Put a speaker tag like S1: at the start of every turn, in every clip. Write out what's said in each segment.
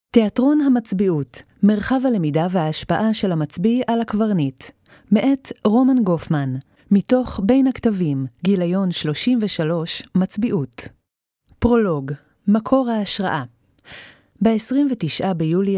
S1: תיאטרון המצביעות, מרחב הלמידה וההשפעה של המצביא על הקברניט. מאת רומן גופמן, מתוך בין הכתבים, גיליון 33, מצביעות. פרולוג, מקור ההשראה. ב-29 ביולי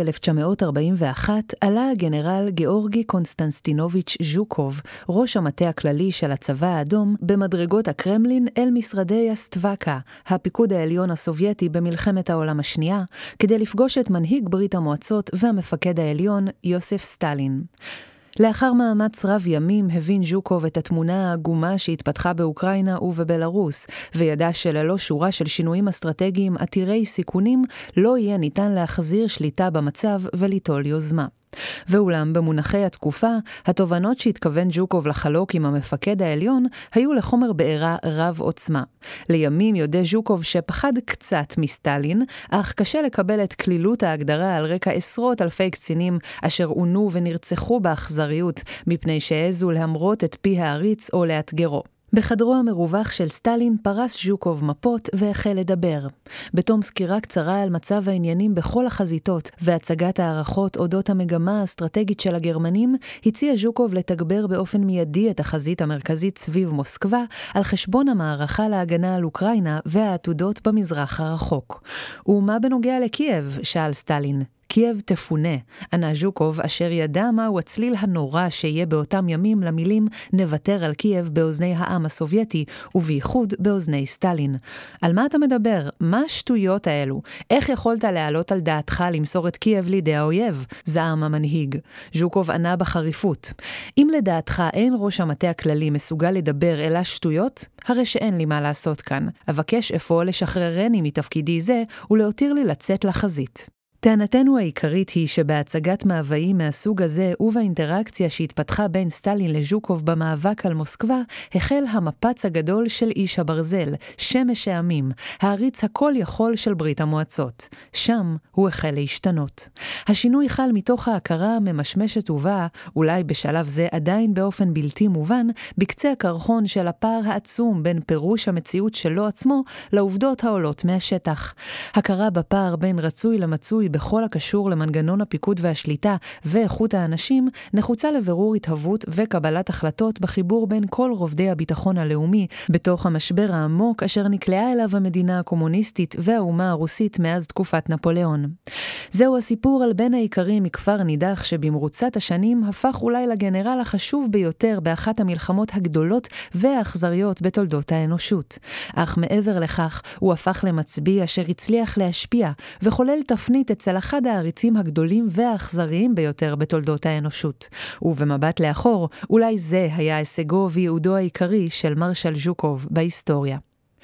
S1: 1941 עלה הגנרל גאורגי קונסטנטינוביץ' ז'וקוב, ראש המטה הכללי של הצבא האדום, במדרגות הקרמלין אל משרדי הסטווקה, הפיקוד העליון הסובייטי במלחמת העולם השנייה, כדי לפגוש את מנהיג ברית המועצות והמפקד העליון יוסף סטלין. לאחר מאמץ רב ימים הבין ז'וקוב את התמונה העגומה שהתפתחה באוקראינה ובבלרוס, וידע שללא שורה של שינויים אסטרטגיים עתירי סיכונים לא יהיה ניתן להחזיר שליטה במצב וליטול יוזמה. ואולם במונחי התקופה, התובנות שהתכוון ז'וקוב לחלוק עם המפקד העליון היו לחומר בעירה רב עוצמה. לימים יודע ז'וקוב שפחד קצת מסטלין, אך קשה לקבל את כלילות ההגדרה על רקע עשרות אלפי קצינים אשר עונו ונרצחו באכזריות מפני שהעזו להמרות את פי העריץ או לאתגרו. בחדרו המרווח של סטלין פרס ז'וקוב מפות והחל לדבר. בתום סקירה קצרה על מצב העניינים בכל החזיתות והצגת הערכות אודות המגמה האסטרטגית של הגרמנים, הציע ז'וקוב לתגבר באופן מיידי את החזית המרכזית סביב מוסקבה על חשבון המערכה להגנה על אוקראינה והעתודות במזרח הרחוק. ומה בנוגע לקייב? שאל סטלין. קייב תפונה, ענה ז'וקוב אשר ידע מהו הצליל הנורא שיהיה באותם ימים למילים נוותר על קייב באוזני העם הסובייטי ובייחוד באוזני סטלין. על מה אתה מדבר? מה השטויות האלו? איך יכולת להעלות על דעתך למסור את קייב לידי האויב? זעם המנהיג. ז'וקוב ענה בחריפות. אם לדעתך אין ראש המטה הכללי מסוגל לדבר אלא שטויות, הרי שאין לי מה לעשות כאן. אבקש אפוא לשחררני מתפקידי זה ולהותיר לי לצאת לחזית. טענתנו העיקרית היא שבהצגת מאוויים מהסוג הזה ובאינטראקציה שהתפתחה בין סטלין לז'וקוב במאבק על מוסקבה, החל המפץ הגדול של איש הברזל, שמש העמים, העריץ הכל יכול של ברית המועצות. שם הוא החל להשתנות. השינוי חל מתוך ההכרה הממשמשת ובאה, אולי בשלב זה עדיין באופן בלתי מובן, בקצה הקרחון של הפער העצום בין פירוש המציאות שלו עצמו לעובדות העולות מהשטח. הכרה בפער בין רצוי למצוי בכל הקשור למנגנון הפיקוד והשליטה ואיכות האנשים, נחוצה לבירור התהוות וקבלת החלטות בחיבור בין כל רובדי הביטחון הלאומי, בתוך המשבר העמוק אשר נקלעה אליו המדינה הקומוניסטית והאומה הרוסית מאז תקופת נפוליאון. זהו הסיפור על בן העיקרי מכפר נידח שבמרוצת השנים הפך אולי לגנרל החשוב ביותר באחת המלחמות הגדולות והאכזריות בתולדות האנושות. אך מעבר לכך, הוא הפך למצביא אשר הצליח להשפיע וחולל תפנית אצל אחד העריצים הגדולים והאכזריים ביותר בתולדות האנושות. ובמבט לאחור, אולי זה היה הישגו וייעודו העיקרי של מרשל ז'וקוב בהיסטוריה.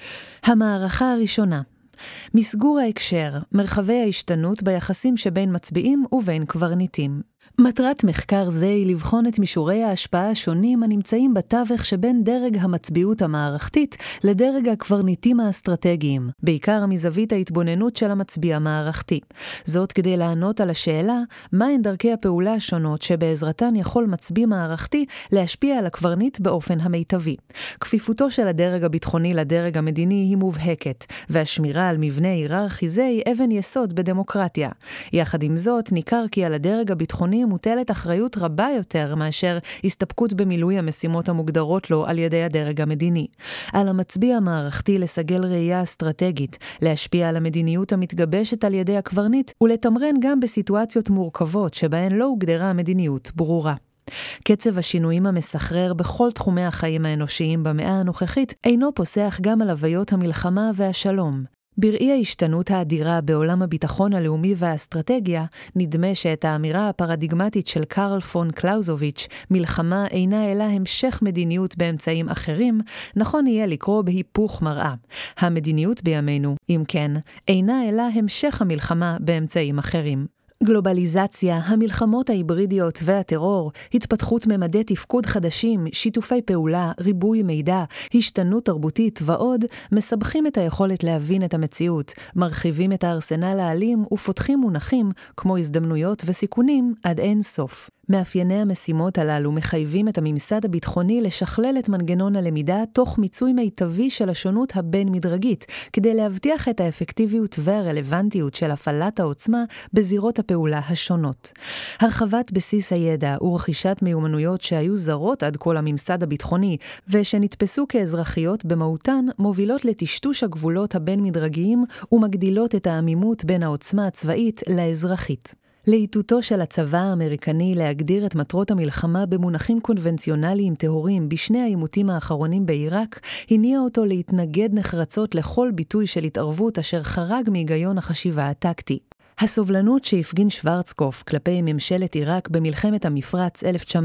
S1: המערכה הראשונה. מסגור ההקשר, מרחבי ההשתנות ביחסים שבין מצביעים ובין קברניטים. מטרת מחקר זה היא לבחון את מישורי ההשפעה השונים הנמצאים בתווך שבין דרג המצביעות המערכתית לדרג הקברניטים האסטרטגיים, בעיקר מזווית ההתבוננות של המצביע המערכתי. זאת כדי לענות על השאלה מהן דרכי הפעולה השונות שבעזרתן יכול מצביע מערכתי להשפיע על הקברניט באופן המיטבי. כפיפותו של הדרג הביטחוני לדרג המדיני היא מובהקת, והשמירה על מבנה היררכי זה היא אבן יסוד בדמוקרטיה. יחד עם זאת, ניכר כי על הדרג הביטחוני מוטלת אחריות רבה יותר מאשר הסתפקות במילוי המשימות המוגדרות לו על ידי הדרג המדיני. על המצביע המערכתי לסגל ראייה אסטרטגית, להשפיע על המדיניות המתגבשת על ידי הקברניט, ולתמרן גם בסיטואציות מורכבות שבהן לא הוגדרה המדיניות ברורה. קצב השינויים המסחרר בכל תחומי החיים האנושיים במאה הנוכחית אינו פוסח גם על הוויות המלחמה והשלום. בראי ההשתנות האדירה בעולם הביטחון הלאומי והאסטרטגיה, נדמה שאת האמירה הפרדיגמטית של קרל פון קלאוזוביץ', מלחמה אינה אלא המשך מדיניות באמצעים אחרים, נכון יהיה לקרוא בהיפוך מראה. המדיניות בימינו, אם כן, אינה אלא המשך המלחמה באמצעים אחרים. גלובליזציה, המלחמות ההיברידיות והטרור, התפתחות ממדי תפקוד חדשים, שיתופי פעולה, ריבוי מידע, השתנות תרבותית ועוד, מסבכים את היכולת להבין את המציאות, מרחיבים את הארסנל האלים ופותחים מונחים כמו הזדמנויות וסיכונים עד אין סוף. מאפייני המשימות הללו מחייבים את הממסד הביטחוני לשכלל את מנגנון הלמידה תוך מיצוי מיטבי של השונות הבין-מדרגית, כדי להבטיח את האפקטיביות והרלוונטיות של הפעלת העוצמה בזירות הפעולה השונות. הרחבת בסיס הידע ורכישת מיומנויות שהיו זרות עד כל הממסד הביטחוני, ושנתפסו כאזרחיות במהותן, מובילות לטשטוש הגבולות הבין-מדרגיים ומגדילות את העמימות בין העוצמה הצבאית לאזרחית. לאיתותו של הצבא האמריקני להגדיר את מטרות המלחמה במונחים קונבנציונליים טהורים בשני העימותים האחרונים בעיראק, הניע אותו להתנגד נחרצות לכל ביטוי של התערבות אשר חרג מהיגיון החשיבה הטקטי. הסובלנות שהפגין שוורצקופ כלפי ממשלת עיראק במלחמת המפרץ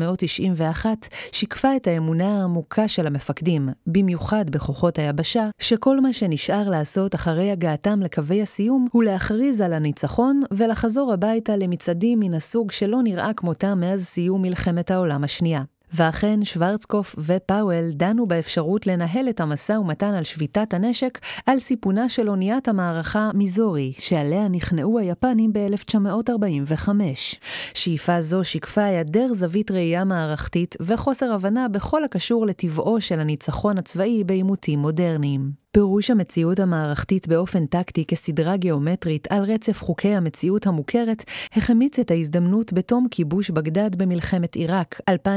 S1: 1991 שיקפה את האמונה העמוקה של המפקדים, במיוחד בכוחות היבשה, שכל מה שנשאר לעשות אחרי הגעתם לקווי הסיום הוא להכריז על הניצחון ולחזור הביתה למצעדים מן הסוג שלא נראה כמותם מאז סיום מלחמת העולם השנייה. ואכן שוורצקופ ופאוול דנו באפשרות לנהל את המשא ומתן על שביתת הנשק על סיפונה של אוניית המערכה מיזורי, שעליה נכנעו היפנים ב-1945. שאיפה זו שיקפה היעדר זווית ראייה מערכתית וחוסר הבנה בכל הקשור לטבעו של הניצחון הצבאי בעימותים מודרניים. פירוש המציאות המערכתית באופן טקטי כסדרה גיאומטרית על רצף חוקי המציאות המוכרת החמיץ את ההזדמנות בתום כיבוש בגדד במלחמת עיראק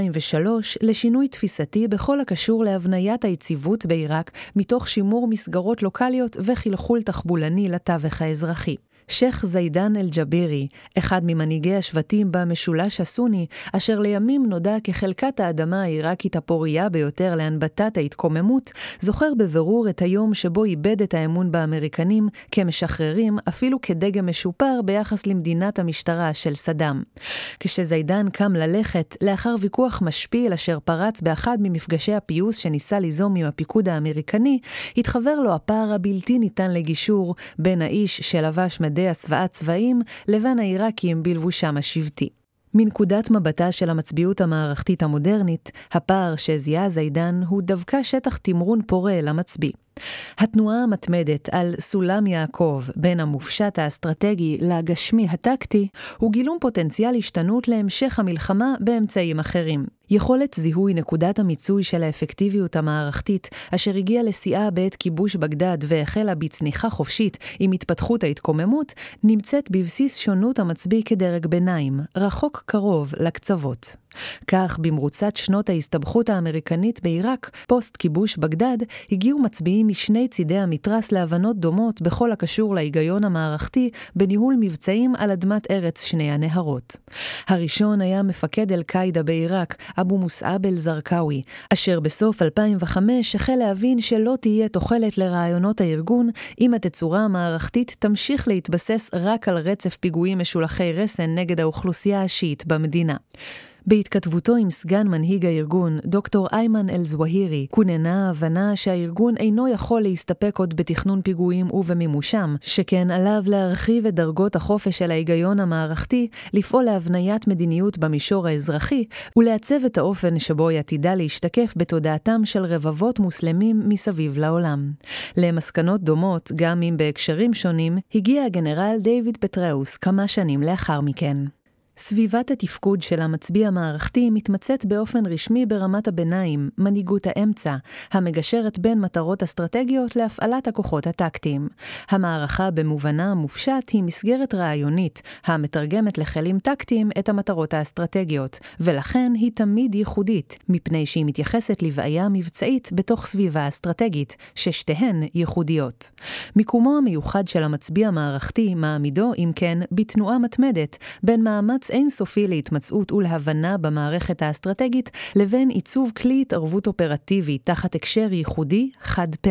S1: 2003 לשינוי תפיסתי בכל הקשור להבניית היציבות בעיראק מתוך שימור מסגרות לוקליות וחלחול תחבולני לתווך האזרחי. שייח זיידן אל-ג'בירי, אחד ממנהיגי השבטים במשולש הסוני, אשר לימים נודע כחלקת האדמה העיראקית הפוריה ביותר להנבטת ההתקוממות, זוכר בבירור את היום שבו איבד את האמון באמריקנים כמשחררים אפילו כדגם משופר ביחס למדינת המשטרה של סדאם. כשזיידן קם ללכת, לאחר ויכוח משפיל אשר פרץ באחד ממפגשי הפיוס שניסה ליזום עם הפיקוד האמריקני, התחבר לו הפער הבלתי ניתן לגישור בין האיש שלבש מדי הסוואת צבאים לבין העיראקים בלבושם השבטי. מנקודת מבטה של המצביעות המערכתית המודרנית, הפער שזיהה זיידן הוא דווקא שטח תמרון פורה למצביא. התנועה המתמדת על סולם יעקב בין המופשט האסטרטגי לגשמי הטקטי הוא גילום פוטנציאל השתנות להמשך המלחמה באמצעים אחרים. יכולת זיהוי נקודת המיצוי של האפקטיביות המערכתית אשר הגיעה לשיאה בעת כיבוש בגדד והחלה בצניחה חופשית עם התפתחות ההתקוממות נמצאת בבסיס שונות המצביא כדרג ביניים, רחוק קרוב לקצוות. כך, במרוצת שנות ההסתבכות האמריקנית בעיראק, פוסט כיבוש בגדד, הגיעו מצביעים משני צידי המתרס להבנות דומות בכל הקשור להיגיון המערכתי בניהול מבצעים על אדמת ארץ שני הנהרות. הראשון היה מפקד אל-קאידה בעיראק, אבו מוסעב אל-זרקאוי, אשר בסוף 2005 החל להבין שלא תהיה תוחלת לרעיונות הארגון אם התצורה המערכתית תמשיך להתבסס רק על רצף פיגועים משולחי רסן נגד האוכלוסייה השיעית במדינה. בהתכתבותו עם סגן מנהיג הארגון, דוקטור איימן אל-זווהירי, כוננה ההבנה שהארגון אינו יכול להסתפק עוד בתכנון פיגועים ובמימושם, שכן עליו להרחיב את דרגות החופש של ההיגיון המערכתי, לפעול להבניית מדיניות במישור האזרחי, ולעצב את האופן שבו היא עתידה להשתקף בתודעתם של רבבות מוסלמים מסביב לעולם. למסקנות דומות, גם אם בהקשרים שונים, הגיע הגנרל דיוויד פטראוס כמה שנים לאחר מכן. סביבת התפקוד של המצביא המערכתי מתמצאת באופן רשמי ברמת הביניים, מנהיגות האמצע, המגשרת בין מטרות אסטרטגיות להפעלת הכוחות הטקטיים. המערכה במובנה המופשט היא מסגרת רעיונית, המתרגמת לכלים טקטיים את המטרות האסטרטגיות, ולכן היא תמיד ייחודית, מפני שהיא מתייחסת לבעיה מבצעית בתוך סביבה אסטרטגית, ששתיהן ייחודיות. מיקומו המיוחד של המצביא המערכתי מעמידו, אם כן, בתנועה מתמדת, בין מאמץ אינסופי להתמצאות ולהבנה במערכת האסטרטגית, לבין עיצוב כלי התערבות אופרטיבי תחת הקשר ייחודי חד פעמי.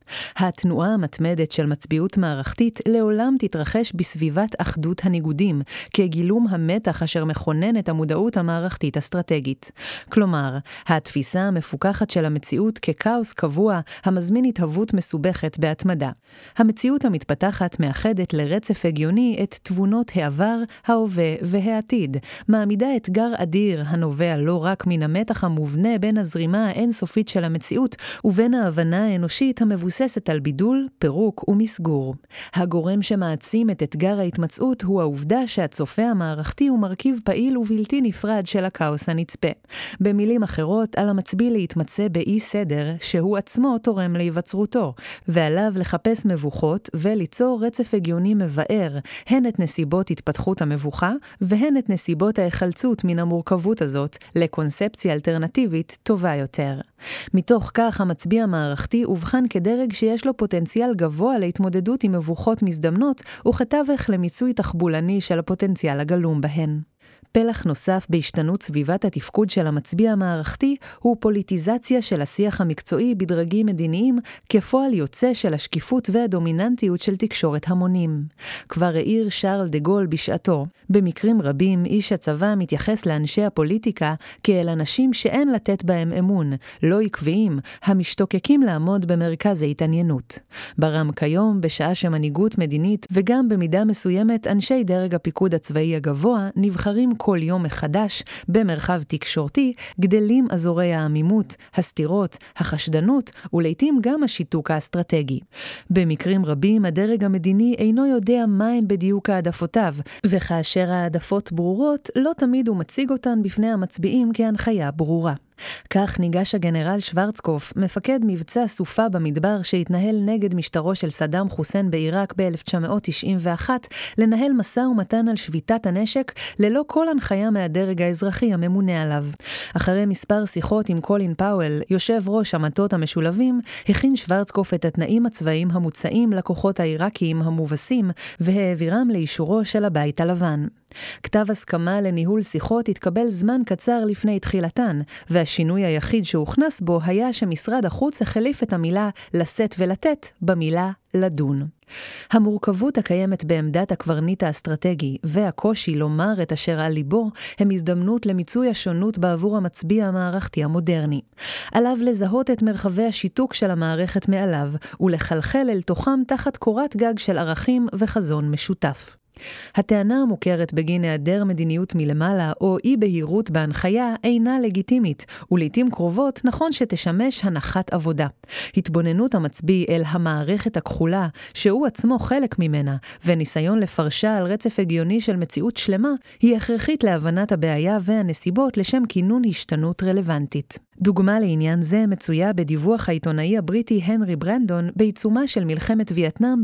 S1: התנועה המתמדת של מצביעות מערכתית לעולם תתרחש בסביבת אחדות הניגודים, כגילום המתח אשר מכונן את המודעות המערכתית אסטרטגית. כלומר, התפיסה המפוקחת של המציאות ככאוס קבוע המזמין התהוות מסובכת בהתמדה. המציאות המתפתחת מאחדת לרצף הגיוני את תבונות העבר, ההווה והעתיד, מעמידה אתגר אדיר הנובע לא רק מן המתח המובנה בין הזרימה האינסופית של המציאות ובין ההבנה האנושית המבוססת על בידול, פירוק ומסגור. הגורם שמעצים את אתגר ההתמצאות הוא העובדה שהצופה המערכתי הוא מרכיב פעיל ובלתי נפרד של הכאוס הנצפה. במילים אחרות, על המצביא להתמצא באי סדר שהוא עצמו תורם להיווצרותו, ועליו לחפש מבוכות וליצור רצף הגיוני מבאר, הן את נסיבות התפתחות המבוכה והן את נסיבות ההיחלצות מן המורכבות הזאת לקונספציה אלטרנטיבית טובה יותר. מתוך כך המצביא המערכתי הובחן כדרג שיש לו פוטנציאל גבוה להתמודדות עם מבוכות מזדמנות וכתווך למיצוי תחבולני של הפוטנציאל הגלום בהן. פלח נוסף בהשתנות סביבת התפקוד של המצביא המערכתי הוא פוליטיזציה של השיח המקצועי בדרגים מדיניים כפועל יוצא של השקיפות והדומיננטיות של תקשורת המונים. כבר העיר שרל דה גול בשעתו, במקרים רבים איש הצבא מתייחס לאנשי הפוליטיקה כאל אנשים שאין לתת בהם אמון, לא עקביים, המשתוקקים לעמוד במרכז ההתעניינות. ברם כיום, בשעה שמנהיגות מדינית וגם במידה מסוימת אנשי דרג הפיקוד הצבאי הגבוה נבחרים כל יום מחדש במרחב תקשורתי, גדלים אזורי העמימות, הסתירות, החשדנות ולעיתים גם השיתוק האסטרטגי. במקרים רבים הדרג המדיני אינו יודע מהן בדיוק העדפותיו, וכאשר העדפות ברורות לא תמיד הוא מציג אותן בפני המצביעים כהנחיה ברורה. כך ניגש הגנרל שוורצקופ, מפקד מבצע סופה במדבר שהתנהל נגד משטרו של סדאם חוסיין בעיראק ב-1991, לנהל משא ומתן על שביתת הנשק ללא כל הנחיה מהדרג האזרחי הממונה עליו. אחרי מספר שיחות עם קולין פאוול, יושב ראש המטות המשולבים, הכין שוורצקופ את התנאים הצבאיים המוצעים לכוחות העיראקיים המובסים והעבירם לאישורו של הבית הלבן. כתב הסכמה לניהול שיחות התקבל זמן קצר לפני תחילתן, והשינוי היחיד שהוכנס בו היה שמשרד החוץ החליף את המילה לשאת ולתת במילה לדון. המורכבות הקיימת בעמדת הקברניט האסטרטגי והקושי לומר את אשר על ליבו הם הזדמנות למיצוי השונות בעבור המצביא המערכתי המודרני. עליו לזהות את מרחבי השיתוק של המערכת מעליו ולחלחל אל תוכם תחת קורת גג של ערכים וחזון משותף. הטענה המוכרת בגין היעדר מדיניות מלמעלה או אי בהירות בהנחיה אינה לגיטימית, ולעיתים קרובות נכון שתשמש הנחת עבודה. התבוננות המצביא אל המערכת הכחולה, שהוא עצמו חלק ממנה, וניסיון לפרשה על רצף הגיוני של מציאות שלמה, היא הכרחית להבנת הבעיה והנסיבות לשם כינון השתנות רלוונטית. דוגמה לעניין זה מצויה בדיווח העיתונאי הבריטי הנרי ברנדון בעיצומה של מלחמת וייטנאם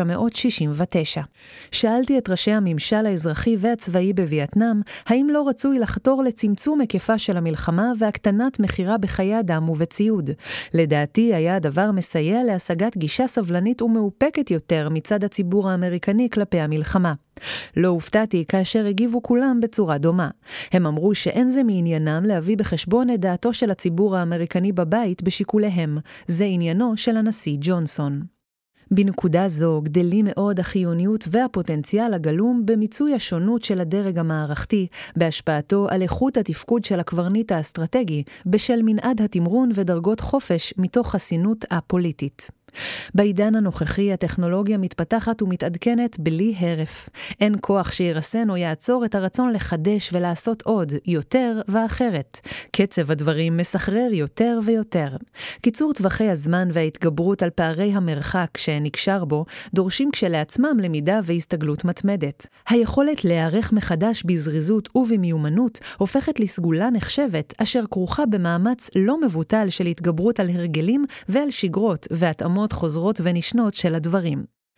S1: ב-1969. שאלתי את ראשי הממשל האזרחי והצבאי בווייטנאם, האם לא רצוי לחתור לצמצום היקפה של המלחמה והקטנת מחירה בחיי אדם ובציוד. לדעתי היה הדבר מסייע להשגת גישה סבלנית ומאופקת יותר מצד הציבור האמריקני כלפי המלחמה. לא הופתעתי כאשר הגיבו כולם בצורה דומה. הם אמרו שאין זה מעניינם להביא בחשבון את דעתו של הציבור האמריקני בבית בשיקוליהם. זה עניינו של הנשיא ג'ונסון. בנקודה זו גדלים מאוד החיוניות והפוטנציאל הגלום במיצוי השונות של הדרג המערכתי, בהשפעתו על איכות התפקוד של הקברניט האסטרטגי, בשל מנעד התמרון ודרגות חופש מתוך חסינות הפוליטית. בעידן הנוכחי הטכנולוגיה מתפתחת ומתעדכנת בלי הרף. אין כוח שירסן או יעצור את הרצון לחדש ולעשות עוד, יותר ואחרת. קצב הדברים מסחרר יותר ויותר. קיצור טווחי הזמן וההתגברות על פערי המרחק שנקשר בו דורשים כשלעצמם למידה והסתגלות מתמדת. היכולת להיערך מחדש בזריזות ובמיומנות הופכת לסגולה נחשבת אשר כרוכה במאמץ לא מבוטל של התגברות על הרגלים ועל שגרות והתאמות חוזרות ונשנות של הדברים.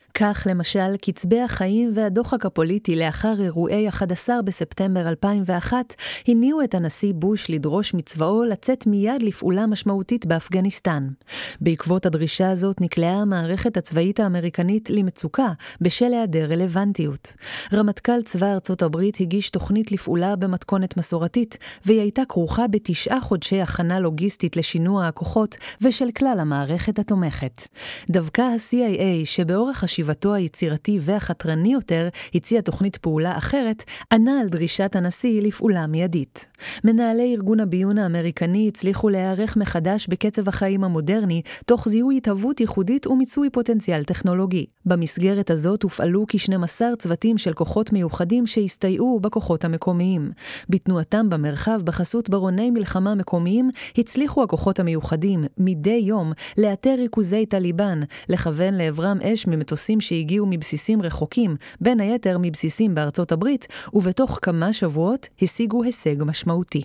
S1: כך למשל, קצבי החיים והדוחק הפוליטי לאחר אירועי 11 בספטמבר 2001 הניעו את הנשיא בוש לדרוש מצבאו לצאת מיד לפעולה משמעותית באפגניסטן. בעקבות הדרישה הזאת נקלעה המערכת הצבאית האמריקנית למצוקה בשל היעדר רלוונטיות. רמטכ"ל צבא ארצות הברית הגיש תוכנית לפעולה במתכונת מסורתית, והיא הייתה כרוכה ב9 חודשי הכנה לוגיסטית לשינוע הכוחות ושל כלל המערכת התומכת. דווקא ה-CIA, שבאורך חשיבתו היצירתי והחתרני יותר הציע תוכנית פעולה אחרת, ענה על דרישת הנשיא לפעולה מיידית. מנהלי ארגון הביון האמריקני הצליחו להיערך מחדש בקצב החיים המודרני, תוך זיהוי התהוות ייחודית ומיצוי פוטנציאל טכנולוגי. במסגרת הזאת הופעלו כ12 צוותים של כוחות מיוחדים שהסתייעו בכוחות המקומיים. בתנועתם במרחב בחסות ברוני מלחמה מקומיים, הצליחו הכוחות המיוחדים מדי יום לאתר ריכוזי טליבן, לכוון לעברם אש ממטוסים שהגיעו מבסיסים רחוקים, בין היתר מבסיסים בארצות הברית, ובתוך כמה שבועות השיגו הישג משמעותי.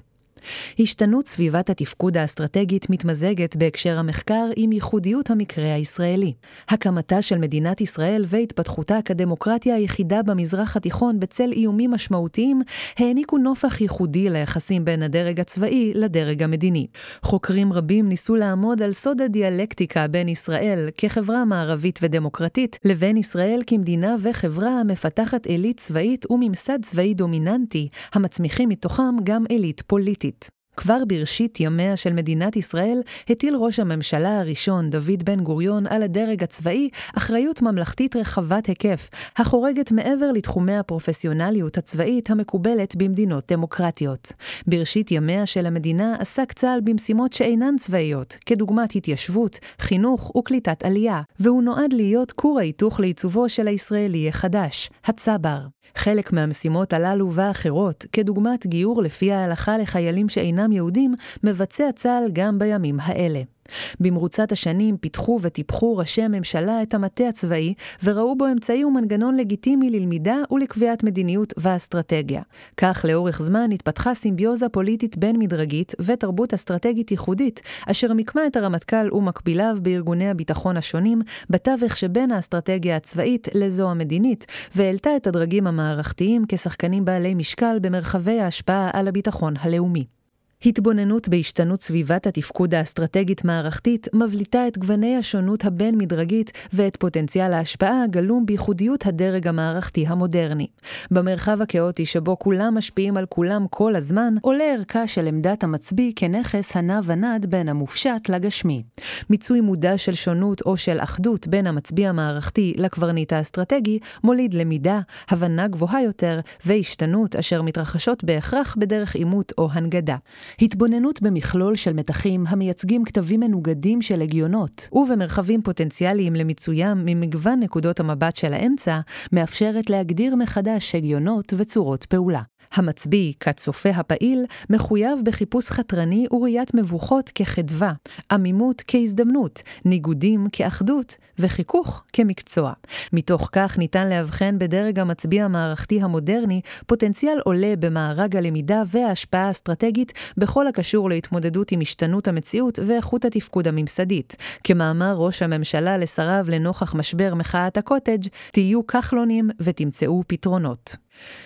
S1: השתנות סביבת התפקוד האסטרטגית מתמזגת בהקשר המחקר עם ייחודיות המקרה הישראלי. הקמתה של מדינת ישראל והתפתחותה כדמוקרטיה היחידה במזרח התיכון בצל איומים משמעותיים העניקו נופח ייחודי ליחסים בין הדרג הצבאי לדרג המדיני. חוקרים רבים ניסו לעמוד על סוד הדיאלקטיקה בין ישראל כחברה מערבית ודמוקרטית לבין ישראל כמדינה וחברה המפתחת אלית צבאית וממסד צבאי דומיננטי, המצמיחים מתוכם גם אלית פוליטית. כבר בראשית ימיה של מדינת ישראל הטיל ראש הממשלה הראשון דוד בן גוריון על הדרג הצבאי אחריות ממלכתית רחבת היקף, החורגת מעבר לתחומי הפרופסיונליות הצבאית המקובלת במדינות דמוקרטיות. בראשית ימיה של המדינה עסק צה"ל במשימות שאינן צבאיות, כדוגמת התיישבות, חינוך וקליטת עלייה, והוא נועד להיות כור ההיתוך לעיצובו של הישראלי החדש, הצבר. חלק מהמשימות הללו ואחרות, כדוגמת גיור לפי ההלכה לחיילים שאינם יהודים, מבצע צה"ל גם בימים האלה. במרוצת השנים פיתחו וטיפחו ראשי הממשלה את המטה הצבאי וראו בו אמצעי ומנגנון לגיטימי ללמידה ולקביעת מדיניות ואסטרטגיה. כך לאורך זמן התפתחה סימביוזה פוליטית בין מדרגית ותרבות אסטרטגית ייחודית, אשר מיקמה את הרמטכ"ל ומקביליו בארגוני הביטחון השונים בתווך שבין האסטרטגיה הצבאית לזו המדינית, והעלתה את הדרגים המערכתיים כשחקנים בעלי משקל במרחבי ההשפעה על הביטחון הלאומי. התבוננות בהשתנות סביבת התפקוד האסטרטגית מערכתית מבליטה את גווני השונות הבין-מדרגית ואת פוטנציאל ההשפעה הגלום בייחודיות הדרג המערכתי המודרני. במרחב הכאוטי שבו כולם משפיעים על כולם כל הזמן, עולה ערכה של עמדת המצביא כנכס הנע ונד בין המופשט לגשמי. מיצוי מודע של שונות או של אחדות בין המצביא המערכתי לקברניט האסטרטגי מוליד למידה, הבנה גבוהה יותר והשתנות אשר מתרחשות בהכרח בדרך עימות או הנגדה. התבוננות במכלול של מתחים המייצגים כתבים מנוגדים של הגיונות, ובמרחבים פוטנציאליים למיצוים ממגוון נקודות המבט של האמצע, מאפשרת להגדיר מחדש הגיונות וצורות פעולה. המצביא, כצופה הפעיל, מחויב בחיפוש חתרני וראיית מבוכות כחדווה, עמימות כהזדמנות, ניגודים כאחדות וחיכוך כמקצוע. מתוך כך ניתן להבחן בדרג המצביא המערכתי המודרני פוטנציאל עולה במארג הלמידה וההשפעה האסטרטגית בכל הקשור להתמודדות עם השתנות המציאות ואיכות התפקוד הממסדית. כמאמר ראש הממשלה לשריו לנוכח משבר מחאת הקוטג', תהיו כחלונים ותמצאו פתרונות.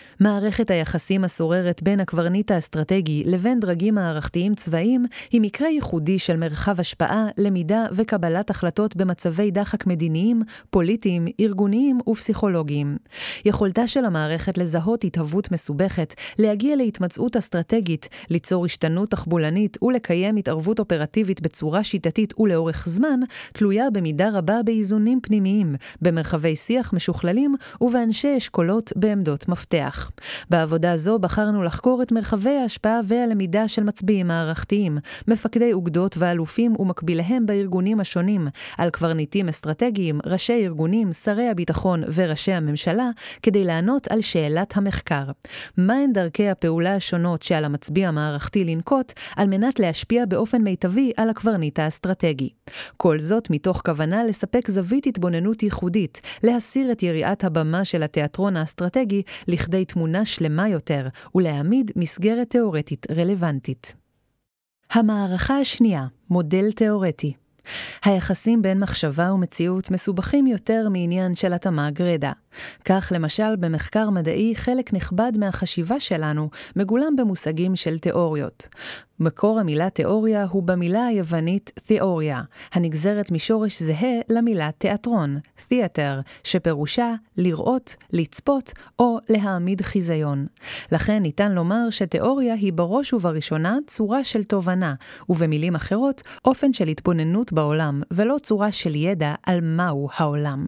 S1: מערכת היחסים השוררת בין הקברניט האסטרטגי לבין דרגים מערכתיים צבאיים היא מקרה ייחודי של מרחב השפעה, למידה וקבלת החלטות במצבי דחק מדיניים, פוליטיים, ארגוניים ופסיכולוגיים. יכולתה של המערכת לזהות התהוות מסובכת, להגיע להתמצאות אסטרטגית, ליצור השתנות תחבולנית ולקיים התערבות אופרטיבית בצורה שיטתית ולאורך זמן, תלויה במידה רבה באיזונים פנימיים, במרחבי שיח משוכללים ובאנשי אשכולות בעמדות מפתח. בעבודה זו בחרנו לחקור את מרחבי ההשפעה והלמידה של מצביעים מערכתיים, מפקדי אוגדות ואלופים ומקביליהם בארגונים השונים, על קברניטים אסטרטגיים, ראשי ארגונים, שרי הביטחון וראשי הממשלה, כדי לענות על שאלת המחקר. מהן דרכי הפעולה השונות שעל המצביע המערכתי לנקוט, על מנת להשפיע באופן מיטבי על הקברניט האסטרטגי. כל זאת מתוך כוונה לספק זווית התבוננות ייחודית, להסיר את יריעת הבמה של התיאטרון האסטרטגי לכדי תמונה שלמה יותר ולהעמיד מסגרת תיאורטית רלוונטית. המערכה השנייה, מודל תיאורטי. היחסים בין מחשבה ומציאות מסובכים יותר מעניין של התאמה גרדה. כך למשל במחקר מדעי חלק נכבד מהחשיבה שלנו מגולם במושגים של תיאוריות. מקור המילה תיאוריה הוא במילה היוונית תיאוריה, הנגזרת משורש זהה למילה תיאטרון, תיאטר, שפירושה לראות, לצפות או להעמיד חיזיון. לכן ניתן לומר שתיאוריה היא בראש ובראשונה צורה של תובנה, ובמילים אחרות אופן של התבוננות בעולם, ולא צורה של ידע על מהו העולם.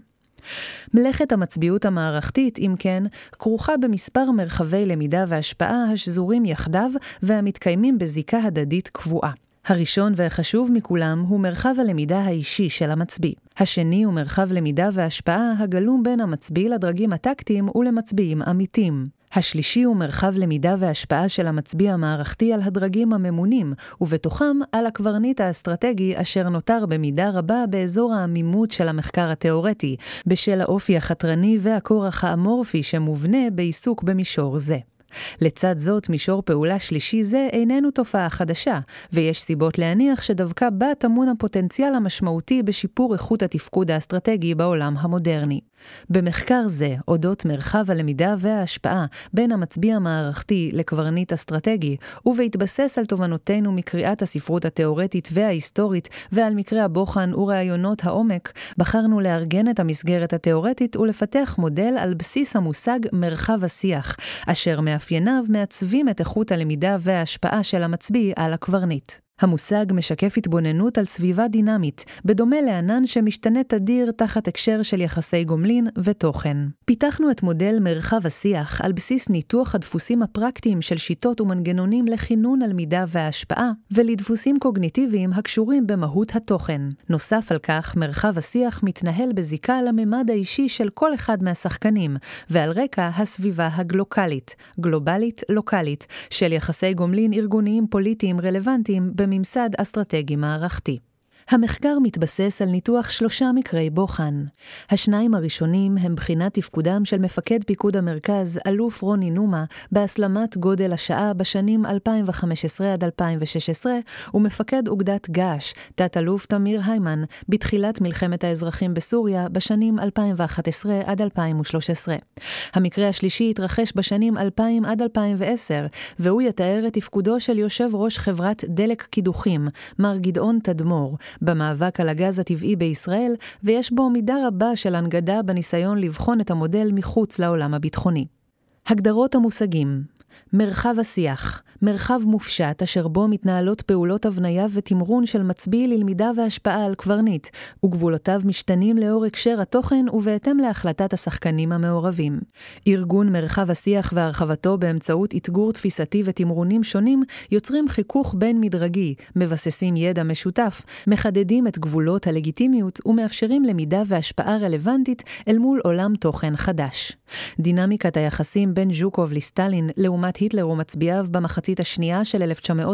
S1: מלאכת המצביעות המערכתית, אם כן, כרוכה במספר מרחבי למידה והשפעה השזורים יחדיו והמתקיימים בזיקה הדדית קבועה. הראשון והחשוב מכולם הוא מרחב הלמידה האישי של המצביא. השני הוא מרחב למידה והשפעה הגלום בין המצביא לדרגים הטקטיים ולמצביעים אמיתים. השלישי הוא מרחב למידה והשפעה של המצביא המערכתי על הדרגים הממונים, ובתוכם על הקברניט האסטרטגי אשר נותר במידה רבה באזור העמימות של המחקר התיאורטי, בשל האופי החתרני והכורח האמורפי שמובנה בעיסוק במישור זה. לצד זאת, מישור פעולה שלישי זה איננו תופעה חדשה, ויש סיבות להניח שדווקא בה טמון הפוטנציאל המשמעותי בשיפור איכות התפקוד האסטרטגי בעולם המודרני. במחקר זה, אודות מרחב הלמידה וההשפעה בין המצביא המערכתי לקברניט אסטרטגי, ובהתבסס על תובנותינו מקריאת הספרות התיאורטית וההיסטורית ועל מקרה הבוחן ורעיונות העומק, בחרנו לארגן את המסגרת התיאורטית ולפתח מודל על בסיס המושג מרחב השיח, אשר מאפייניו מעצבים את איכות הלמידה וההשפעה של המצביא על הקברניט. המושג משקף התבוננות על סביבה דינמית, בדומה לענן שמשתנה תדיר תחת הקשר של יחסי גומלין ותוכן. פיתחנו את מודל מרחב השיח על בסיס ניתוח הדפוסים הפרקטיים של שיטות ומנגנונים לכינון הלמידה וההשפעה, ולדפוסים קוגניטיביים הקשורים במהות התוכן. נוסף על כך, מרחב השיח מתנהל בזיקה לממד האישי של כל אחד מהשחקנים, ועל רקע הסביבה הגלוקלית, גלובלית-לוקלית, של יחסי גומלין ארגוניים פוליטיים רלוונטיים בממסד אסטרטגי מערכתי. המחקר מתבסס על ניתוח 3 מקרי בוחן. השניים הראשונים הם בחינת תפקודם של מפקד פיקוד המרכז, אלוף רוני נומה, בהסלמת גודל השעה בשנים 2015 עד 2016, ומפקד אוגדת געש, תת-אלוף תמיר היימן, בתחילת מלחמת האזרחים בסוריה בשנים 2011 עד 2013. המקרה השלישי התרחש בשנים 2000 עד 2010, והוא יתאר את תפקודו של יושב ראש חברת דלק קידוחים, מר גדעון תדמור, במאבק על הגז הטבעי בישראל, ויש בו מידה רבה של הנגדה בניסיון לבחון את המודל מחוץ לעולם הביטחוני. הגדרות המושגים: מרחב השיח, מרחב מופשט אשר בו מתנהלות פעולות הבניה ותמרון של מצביא ללמידה והשפעה על קברניט, וגבולותיו משתנים לאור הקשר התוכן ובהתאם להחלטת השחקנים המעורבים. ארגון מרחב השיח והרחבתו באמצעות אתגור תפיסתי ותמרונים שונים יוצרים חיכוך בין מדרגי, מבססים ידע משותף, מחדדים את גבולות הלגיטימיות ומאפשרים למידה והשפעה רלוונטית אל מול עולם תוכן חדש. דינמיקת היחסים בין ז'וקוב לסטלין לעומת היטלר ומצביעיו במחצית השנייה של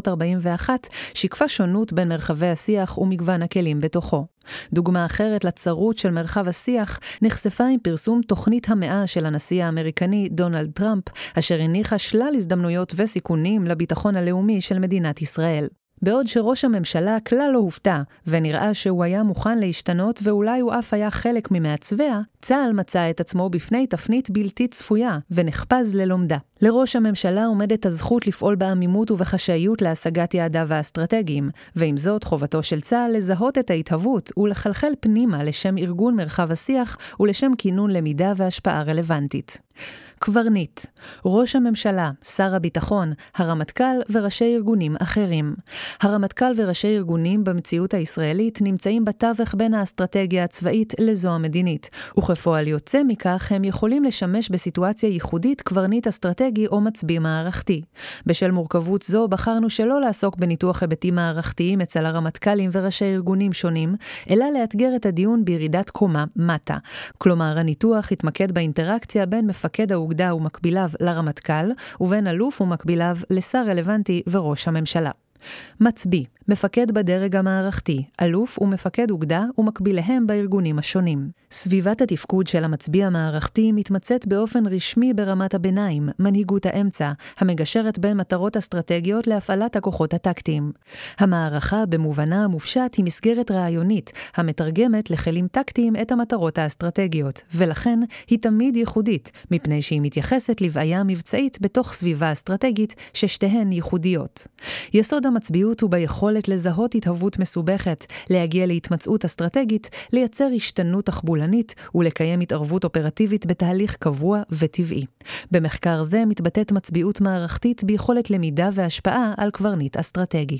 S1: 1941 שיקפה שונות בין מרחבי השיח ומגוון הכלים בתוכו. דוגמה אחרת לצרות של מרחב השיח נחשפה עם פרסום תוכנית המאה של הנשיא האמריקני דונלד טראמפ, אשר הניחה שלל הזדמנויות וסיכונים לביטחון הלאומי של מדינת ישראל. בעוד שראש הממשלה כלל לא הופתע, ונראה שהוא היה מוכן להשתנות ואולי הוא אף היה חלק ממעצביה, צה"ל מצא את עצמו בפני תפנית בלתי צפויה ונחפז ללומדה. לראש הממשלה עומדת הזכות לפעול בעמימות ובחשאיות להשגת יעדיו האסטרטגיים, ועם זאת חובתו של צה"ל לזהות את ההתהוות ולחלחל פנימה לשם ארגון מרחב השיח ולשם כינון למידה והשפעה רלוונטית. קברניט, ראש הממשלה, שר הביטחון, הרמטכ"ל וראשי ארגונים אחרים. הרמטכ"ל וראשי ארגונים במציאות הישראלית נמצאים בתווך בין האסטרטגיה הצבאית לזו המדינית, וכפועל יוצא מכך הם יכולים לשמש בסיטואציה ייחודית קברניט אסטרטגי או מצביא מערכתי. בשל מורכבות זו בחרנו שלא לעסוק בניתוח היבטים מערכתיים אצל הרמטכ"לים וראשי ארגונים שונים, אלא לאתגר את הדיון בירידת קומה מטה. כלומר, הניתוח התמקד באינטראקציה בין מפקד האוגדה ומקביליו לרמטכ"ל, ובין אלוף ומקביליו לשר רלוונטי וראש הממשלה. מצביא, מפקד בדרג המערכתי, אלוף ומפקד אוגדה ומקביליהם בארגונים השונים. סביבת התפקוד של המצביא המערכתי מתמצאת באופן רשמי ברמת הביניים, מנהיגות האמצע, המגשרת בין מטרות אסטרטגיות להפעלת הכוחות הטקטיים. המערכה במובנה המופשט היא מסגרת רעיונית, המתרגמת לכלים טקטיים את המטרות האסטרטגיות, ולכן היא תמיד ייחודית, מפני שהיא מתייחסת לבעיה מבצעית בתוך סביבה אסטרטגית ששתיהן ייחודיות. יסוד המצביות הוא ביכולת לזהות התהוות מסובכת, להגיע להתמצאות אסטרטגית, לייצר השתנות תחבולנית ולקיים התערבות אופרטיבית בתהליך קבוע וטבעי. במחקר זה מתבטאת מצביות מערכתית ביכולת למידה והשפעה על קברניט אסטרטגי.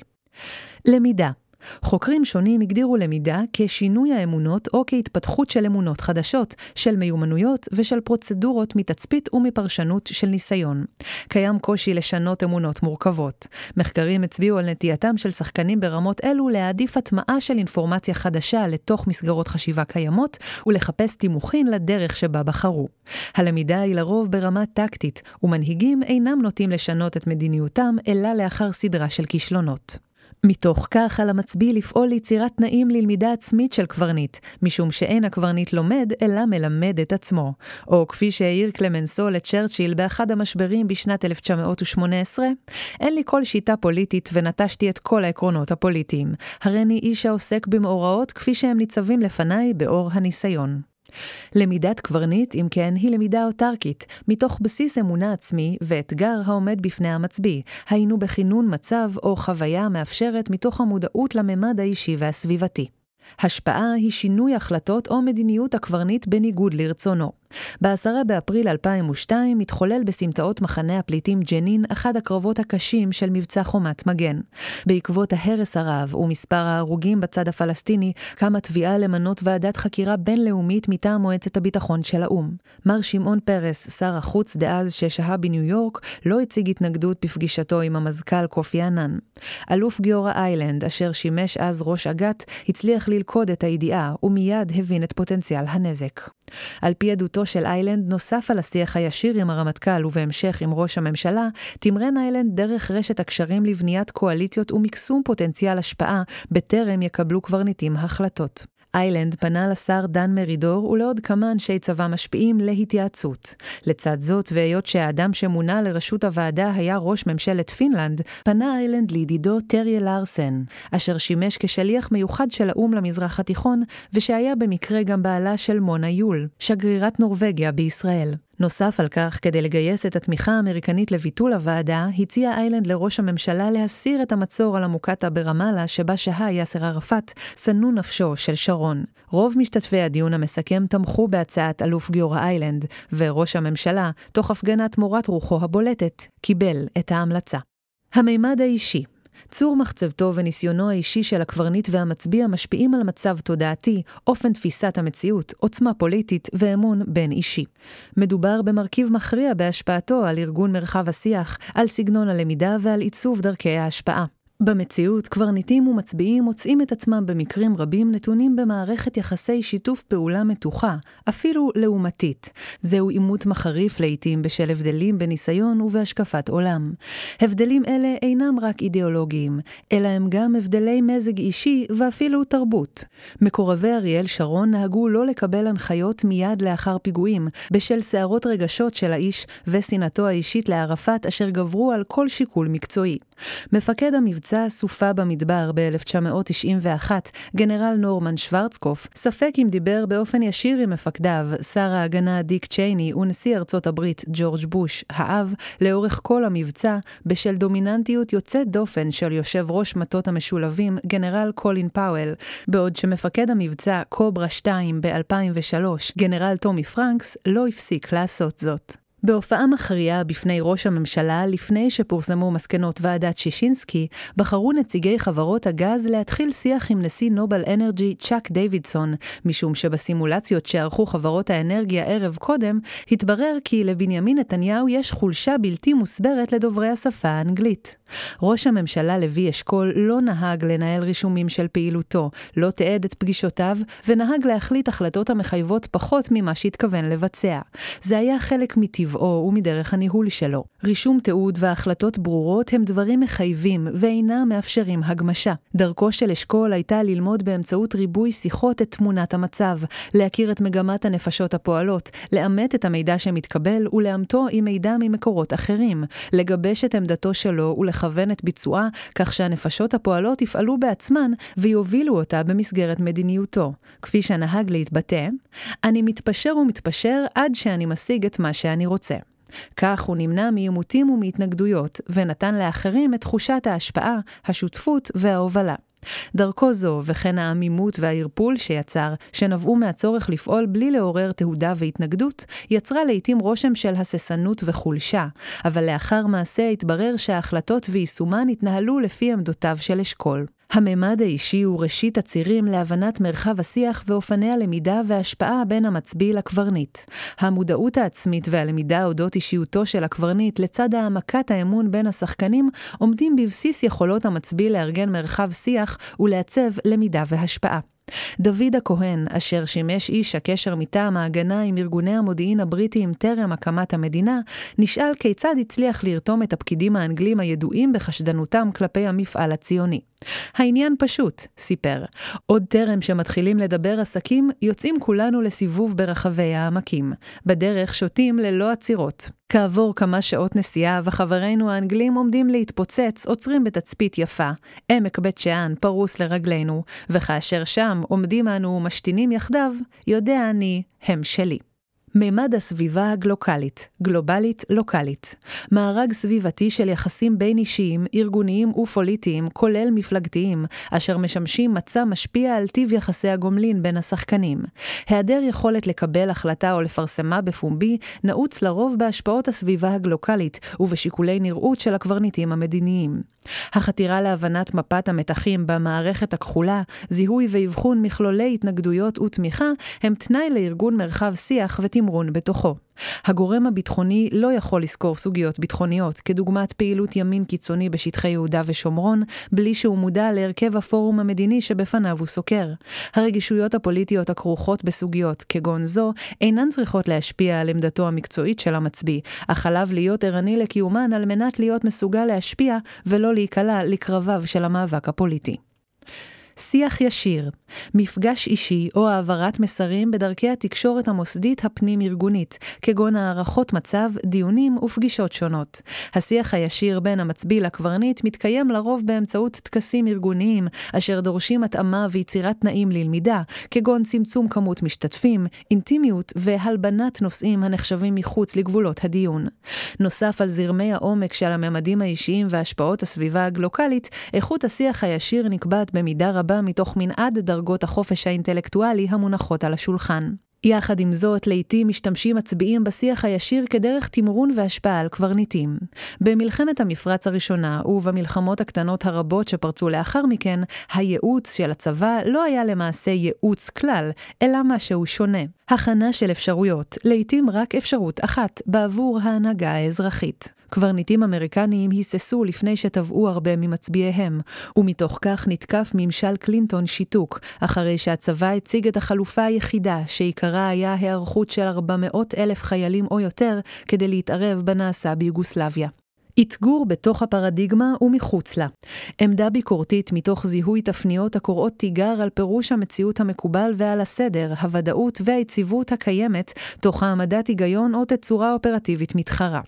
S1: למידה. חוקרים שונים הגדירו למידה כשינוי האמונות או כהתפתחות של אמונות חדשות, של מיומנויות ושל פרוצדורות מתצפית ומפרשנות של ניסיון. קיים קושי לשנות אמונות מורכבות. מחקרים הצביעו על נטייתם של שחקנים ברמות אלו להעדיף הטמעה של אינפורמציה חדשה לתוך מסגרות חשיבה קיימות ולחפש תימוכין לדרך שבה בחרו. הלמידה היא לרוב ברמה טקטית, ומנהיגים אינם נוטים לשנות את מדיניותם אלא לאחר סדרה של כישלונות. מתוך כך על המצביא לפעול ליצירת תנאים ללמידה עצמית של קברניט, משום שאין הקברניט לומד אלא מלמד את עצמו. או כפי שהעיר קלמנסו לצ'רצ'יל באחד המשברים בשנת 1918, אין לי כל שיטה פוליטית ונטשתי את כל העקרונות הפוליטיים. הריני איש העוסק במאורעות כפי שהם ניצבים לפניי באור הניסיון. למידת קברניט, אם כן, היא למידה אוטרקית, מתוך בסיס אמונה עצמי ואתגר העומד בפני המצביא, היינו בכינון מצב או חוויה מאפשרת מתוך המודעות לממד האישי והסביבתי. השפעה היא שינוי החלטות או מדיניות הקברניט בניגוד לרצונו. ב10 באפריל 2002 מתחולל בסמטאות מחנה הפליטים ג'נין אחד הקרבות הקשים של מבצע חומת מגן. בעקבות ההרס הרב ומספר ההרוגים בצד הפלסטיני, קמה תביעה למנות ועדת חקירה בינלאומית מטעם מועצת הביטחון של האו"ם. מר שמעון פרס, שר החוץ דאז ששהה בניו יורק, לא הציג התנגדות בפגישתו עם המזכ"ל קופי אנן. אלוף גיורא איילנד, אשר שימש אז ראש אג"ת, הצליח ללכוד את הידיעה ומיד הבין את פוטנציאל הנזק. על פי עדותו של איילנד, נוסף על השיח הישיר עם הרמטכ"ל ובהמשך עם ראש הממשלה, תמרן איילנד דרך רשת הקשרים לבניית קואליציות ומקסום פוטנציאל השפעה בטרם יקבלו קברניטים החלטות. איילנד פנה לשר דן מרידור ולעוד כמה אנשי צבא משפיעים להתייעצות. לצד זאת, והיות שהאדם שמונה לראשות הוועדה היה ראש ממשלת פינלנד, פנה איילנד לידידו טריה לארסן, אשר שימש כשליח מיוחד של האו"ם למזרח התיכון, ושהיה במקרה גם בעלה של מונה יול, שגרירת נורווגיה בישראל. נוסף על כך, כדי לגייס את התמיכה האמריקנית לביטול הוועדה, הציע איילנד לראש הממשלה להסיר את המצור על המוקטעה ברמאללה שבה שהה יאסר ערפאת, שנוא נפשו של שרון. רוב משתתפי הדיון המסכם תמכו בהצעת אלוף גיורא איילנד, וראש הממשלה, תוך הפגנת מורת רוחו הבולטת, קיבל את ההמלצה. המימד האישי. צור מחצבתו וניסיונו האישי של הקברניט והמצביא משפיעים על מצב תודעתי, אופן תפיסת המציאות, עוצמה פוליטית ואמון בין אישי. מדובר במרכיב מכריע בהשפעתו על ארגון מרחב השיח, על סגנון הלמידה ועל עיצוב דרכי ההשפעה. במציאות, קברניטים ומצביעים מוצאים את עצמם במקרים רבים נתונים במערכת יחסי שיתוף פעולה מתוחה, אפילו לעומתית. זהו עימות מחריף לעתים בשל הבדלים בניסיון ובהשקפת עולם. הבדלים אלה אינם רק אידיאולוגיים, אלא הם גם הבדלי מזג אישי ואפילו תרבות. מקורבי אריאל שרון נהגו לא לקבל הנחיות מיד לאחר פיגועים, בשל שערות רגשות של האיש ושנאתו האישית לערפאת אשר גברו על כל שיקול מקצועי. מפקד המבצע סופה במדבר ב-1991, גנרל נורמן שוורצקופ, ספק אם דיבר באופן ישיר עם מפקדיו, שר ההגנה דיק צ'ייני ונשיא ארצות הברית ג'ורג' בוש, האב, לאורך כל המבצע, בשל דומיננטיות יוצאת דופן של יושב ראש מטות המשולבים, גנרל קולין פאוול, בעוד שמפקד המבצע קוברה 2 ב-2003, גנרל טומי פרנקס, לא הפסיק לעשות זאת. בהופעה מכריעה בפני ראש הממשלה, לפני שפורסמו מסקנות ועדת שישינסקי, בחרו נציגי חברות הגז להתחיל שיח עם נשיא נובל אנרג'י צ'אק דיווידסון, משום שבסימולציות שערכו חברות האנרגיה ערב קודם, התברר כי לבנימין נתניהו יש חולשה בלתי מוסברת לדוברי השפה האנגלית. ראש הממשלה לוי אשכול לא נהג לנהל רישומים של פעילותו, לא תעד את פגישותיו, ונהג להחליט החלטות המחייבות פחות ממה שהתכוון לבצע. זה היה חלק מטבעו מטבעו ומדרך הניהול שלו. רישום תיעוד והחלטות ברורות הם דברים מחייבים ואינם מאפשרים הגמשה. דרכו של אשכול הייתה ללמוד באמצעות ריבוי שיחות את תמונת המצב, להכיר את מגמת הנפשות הפועלות, לאמת את המידע שמתקבל ולאמתו עם מידע ממקורות אחרים, לגבש את עמדתו שלו ולכוון את ביצועה כך שהנפשות הפועלות יפעלו בעצמן ויובילו אותה במסגרת מדיניותו. כפי שנהג להתבטא, אני מתפשר ומתפשר עד שאני משיג את מה שאני רוצה. כך הוא נמנע מעימותים ומהתנגדויות, ונתן לאחרים את תחושת ההשפעה, השותפות וההובלה. דרכו זו וכן העמימות והערפול שיצר, שנבעו מהצורך לפעול בלי לעורר תהודה והתנגדות, יצרה לעתים רושם של הססנות וחולשה, אבל לאחר מעשה התברר שההחלטות ויישומן התנהלו לפי עמדותיו של אשכול. הממד האישי הוא ראשית הצירים להבנת מרחב השיח ואופני הלמידה וההשפעה בין המצביא לקברניט. המודעות העצמית והלמידה אודות אישיותו של הקברניט לצד העמקת האמון בין השחקנים עומדים בבסיס יכולות המצביא לארגן מרחב שיח ולעצב למידה והשפעה. דוד הכהן, אשר שימש איש הקשר מטעם ההגנה עם ארגוני המודיעין הבריטיים טרם הקמת המדינה, נשאל כיצד הצליח לרתום את הפקידים האנגלים הידועים בחשדנותם כלפי המפעל הציוני. העניין פשוט, סיפר. עוד טרם שמתחילים לדבר עסקים, יוצאים כולנו לסיבוב ברחבי העמקים. בדרך שותים ללא עצירות. כעבור כמה שעות נסיעה וחברינו האנגלים עומדים להתפוצץ, עוצרים בתצפית יפה. עמק בית שאן פרוס לרגלינו, וכאשר שם עומדים אנו ומשתינים יחדיו, יודע אני, הם שלי. מימד הסביבה הגלוקלית, גלובלית, לוקלית. מארג סביבתי של יחסים בין אישיים, ארגוניים ופוליטיים, כולל מפלגתיים, אשר משמשים מצע משפיע על טיב יחסי הגומלין בין השחקנים. היעדר יכולת לקבל החלטה או לפרסמה בפומבי, נעוץ לרוב בהשפעות הסביבה הגלוקלית ובשיקולי נראות של הקברניטים המדיניים. החתירה להבנת מפת המתחים במערכת הכחולה, זיהוי ואבחון מכלולי התנגדויות ותמיכה, הם תנאי לארגון מרחב שיח ותמרון בתוכו. הגורם הביטחוני לא יכול לזכור סוגיות ביטחוניות, כדוגמת פעילות ימין קיצוני בשטחי יהודה ושומרון, בלי שהוא מודע להרכב הפורום המדיני שבפניו הוא סוקר. הרגישויות הפוליטיות הכרוכות בסוגיות, כגון זו, אינן צריכות להשפיע על עמדתו המקצועית של המצביא, אך עליו להיות ערני לקיומן על מנת להיות מסוגל להשפיע ולא להיקלע לקרביו של המאבק הפוליטי. שיח ישיר, מפגש אישי או העברת מסרים בדרכי התקשורת המוסדית הפנים-ארגונית, כגון הערכות מצב, דיונים ופגישות שונות. השיח הישיר בין המצביא לקברניט מתקיים לרוב באמצעות טקסים ארגוניים, אשר דורשים התאמה ויצירת תנאים ללמידה, כגון צמצום כמות משתתפים, אינטימיות והלבנת נושאים הנחשבים מחוץ לגבולות הדיון. נוסף על זרמי העומק של הממדים האישיים והשפעות הסביבה הגלוקלית, איכות השיח הישיר נקבעת במידה רבה מתוך מנעד דרגות החופש האינטלקטואלי המונחות על השולחן. יחד עם זאת, לעתים משתמשים מצביעים בשיח הישיר כדרך תמרון והשפעה על קברניטים. במלחמת המפרץ הראשונה ובמלחמות הקטנות הרבות שפרצו לאחר מכן, הייעוץ של הצבא לא היה למעשה ייעוץ כלל, אלא משהו שונה. הכנה של אפשרויות, לעתים רק אפשרות אחת, בעבור ההנהגה האזרחית. קברניטים אמריקניים היססו לפני שטבעו הרבה ממצביעיהם, ומתוך כך נתקף ממשל קלינטון שיתוק, אחרי שהצבא הציג את החלופה היחידה, שעיקרה היה הערכות של 400,000 חיילים או יותר, כדי להתערב בנעשה ביוגוסלביה. התגור בתוך הפרדיגמה ומחוץ לה. עמדה ביקורתית מתוך זיהוי תפניות הקוראות תיגר על פירוש המציאות המקובל ועל הסדר, הוודאות והיציבות הקיימת, תוך העמדת היגיון או תצורה אופרטיבית מתחרה.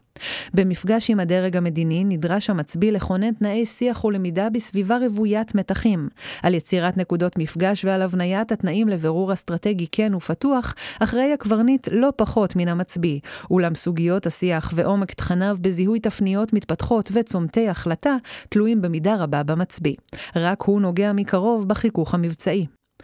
S1: במפגש עם הדרג המדיני נדרש המצביא לכונן תנאי שיח ולמידה בסביבה רוויית מתחים, על יצירת נקודות מפגש ועל הבניית התנאים לבירור אסטרטגי כן ופתוח, אחרי הקברניט לא פחות מן המצביא, אולם סוגיות השיח ועומק תכניו בזיהוי תפניות מתפתחות וצומתי החלטה תלויים במידה רבה במצביא. רק הוא נוגע מקרוב בחיכוך המבצעי.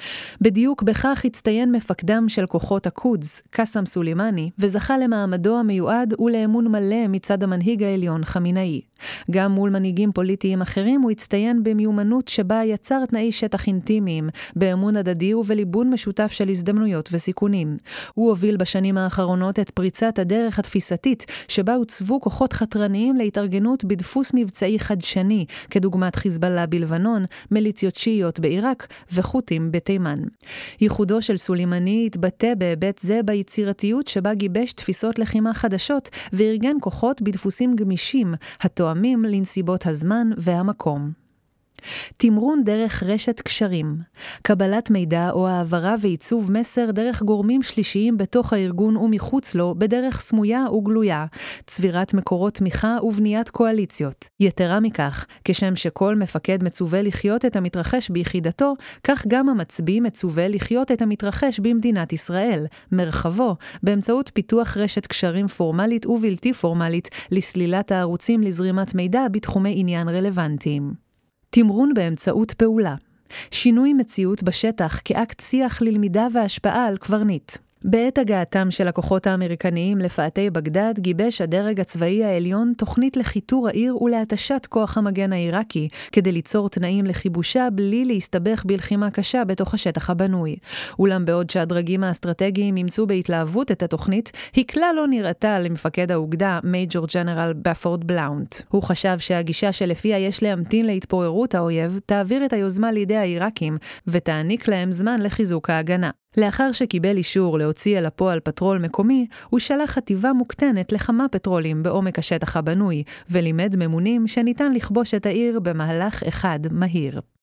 S1: בדיוק בכך הצטיין מפקדם של כוחות הקודס, קסם סולימני, וזכה למעמדו המיועד ולאמון מלא מצד המנהיג העליון חמינאי. גם מול מנהיגים פוליטיים אחרים הוא הצטיין במיומנות שבה יצר תנאי שטח אינטימיים, באמון הדדי ובליבון משותף של הזדמנויות וסיכונים. הוא הוביל בשנים האחרונות את פריצת הדרך התפיסתית, שבה הוצבו כוחות חתרניים להתארגנות בדפוס מבצעי חדשני, כדוגמת חיזבאללה בלבנון, מיליציות שיעיות בעיראק וחות'ים בתימן. תימן. ייחודו של סולימני התבטא בהיבט זה ביצירתיות שבה גיבש תפיסות לחימה חדשות וארגן כוחות בדפוסים גמישים התואמים לנסיבות הזמן והמקום. תמרון דרך רשת קשרים, קבלת מידע או העברה ועיצוב מסר דרך גורמים שלישיים בתוך הארגון ומחוץ לו בדרך סמויה וגלויה, צבירת מקורות תמיכה ובניית קואליציות. יתרה מכך, כשם שכל מפקד מצווה לחיות את המתרחש ביחידתו, כך גם המצביא מצווה לחיות את המתרחש במדינת ישראל, מרחבו, באמצעות פיתוח רשת קשרים פורמלית ובלתי פורמלית לסלילת הערוצים לזרימת מידע בתחומי עניין רלוונטיים. תמרון באמצעות פעולה. שינוי מציאות בשטח כאקט שיח ללמידה והשפעה על קברניט. בעת הגעתם של הכוחות האמריקניים לפאתי בגדד, גיבש הדרג הצבאי העליון תוכנית לחיתור העיר ולהתשת כוח המגן העיראקי, כדי ליצור תנאים לכיבושה בלי להסתבך בלחימה קשה בתוך השטח הבנוי. אולם בעוד שהדרגים האסטרטגיים אימצו בהתלהבות את התוכנית, היא כלל לא נראתה למפקד האוגדה, מייג'ור ג'נרל בפורד בלאונט. הוא חשב שהגישה שלפיה יש להמתין להתפוררות האויב, תעביר את היוזמה לידי העיראקים, ותעניק להם זמן לחיזוק ההגנה. לאחר שקיבל אישור להוציא אל הפועל פטרול מקומי, הוא שלח חטיבה מוקטנת לכמה פטרולים בעומק השטח הבנוי, ולימד ממונים שניתן לכבוש את העיר במהלך אחד מהיר.